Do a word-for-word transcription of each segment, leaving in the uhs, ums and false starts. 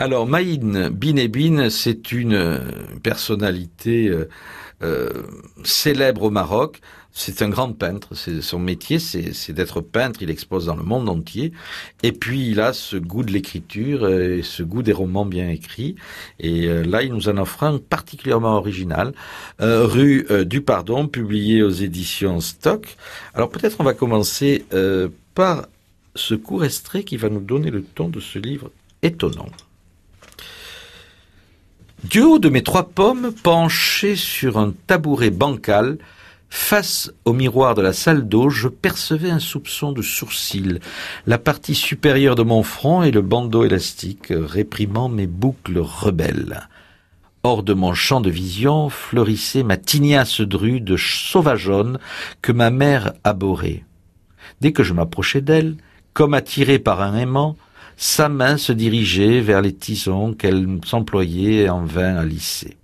Alors, Maïn Binebine, c'est une personnalité euh, euh, célèbre au Maroc. C'est un grand peintre. C'est, son métier, c'est, c'est d'être peintre. Il expose dans le monde entier. Et puis, il a ce goût de l'écriture et ce goût des romans bien écrits. Et euh, là, il nous en offre un particulièrement original. Euh, Rue euh, du Pardon, publié aux éditions Stock. Alors, peut-être on va commencer euh, par ce court extrait qui va nous donner le ton de ce livre étonnant. Du haut de mes trois pommes, penché sur un tabouret bancal, face au miroir de la salle d'eau, je percevais un soupçon de sourcil, la partie supérieure de mon front et le bandeau élastique réprimant mes boucles rebelles. Hors de mon champ de vision fleurissait ma tignasse drue de sauvageonne que ma mère abhorrait. Dès que je m'approchais d'elle, comme attiré par un aimant, sa main se dirigeait vers les tisons qu'elle s'employait en vain à lisser.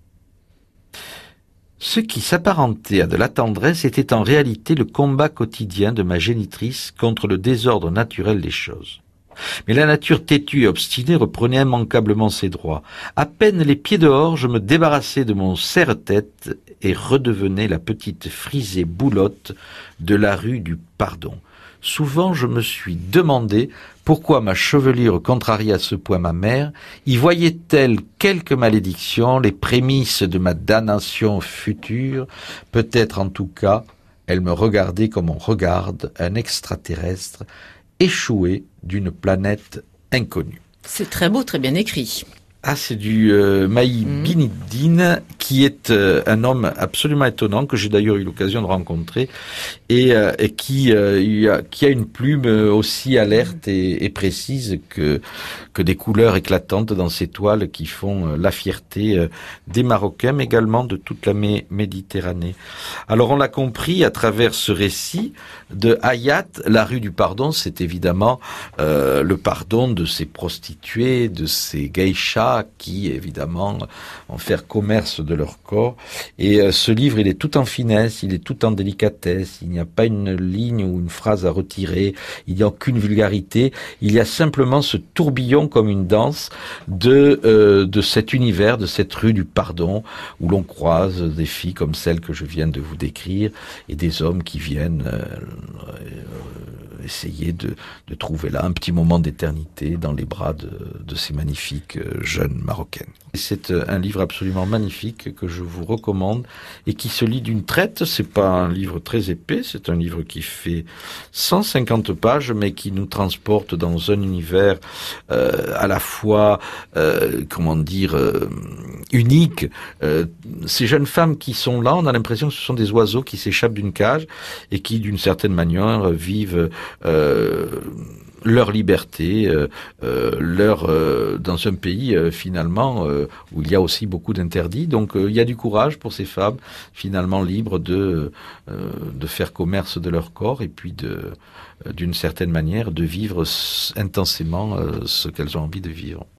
Ce qui s'apparentait à de la tendresse était en réalité le combat quotidien de ma génitrice contre le désordre naturel des choses. Mais la nature têtue et obstinée reprenait immanquablement ses droits. À peine les pieds dehors, je me débarrassais de mon serre-tête et redevenais la petite frisée boulotte de la rue du Pardon. Souvent, je me suis demandé pourquoi ma chevelure contrariait à ce point ma mère, y voyait-elle quelque malédiction, les prémices de ma damnation future. Peut-être en tout cas, elle me regardait comme on regarde un extraterrestre échoué d'une planète inconnue. C'est très beau, très bien écrit. Ah, c'est du euh, Maï Mmh. Binebine, qui est euh, un homme absolument étonnant, que j'ai d'ailleurs eu l'occasion de rencontrer, et, euh, et qui, euh, y a, qui a une plume aussi alerte et, et précise que, que des couleurs éclatantes dans ses toiles qui font euh, la fierté euh, des Marocains, mais également de toute la mé- Méditerranée. Alors on l'a compris à travers ce récit de Hayat, la rue du Pardon, c'est évidemment euh, le pardon de ces prostituées, de ces geishas, qui, évidemment, vont faire commerce de leur corps. Et euh, ce livre, il est tout en finesse, il est tout en délicatesse, il n'y a pas une ligne ou une phrase à retirer, il n'y a aucune vulgarité, il y a simplement ce tourbillon comme une danse de, euh, de cet univers, de cette rue du Pardon, où l'on croise des filles comme celles que je viens de vous décrire, et des hommes qui viennent euh, euh, essayer de, de trouver là un petit moment d'éternité dans les bras de, de ces magnifiques euh, jeunes marocaines. C'est un livre absolument magnifique que je vous recommande et qui se lit d'une traite. C'est pas un livre très épais, c'est un livre qui fait cent cinquante pages, mais qui nous transporte dans un univers euh, à la fois, euh, comment dire, euh, unique. Euh, ces jeunes femmes qui sont là, on a l'impression que ce sont des oiseaux qui s'échappent d'une cage et qui, d'une certaine manière, vivent euh, leur liberté, euh, euh, leur euh, dans un pays euh, finalement euh, où il y a aussi beaucoup d'interdits. Donc euh, il y a du courage pour ces femmes finalement libres de euh, de faire commerce de leur corps et puis de euh, d'une certaine manière de vivre intensément euh, ce qu'elles ont envie de vivre.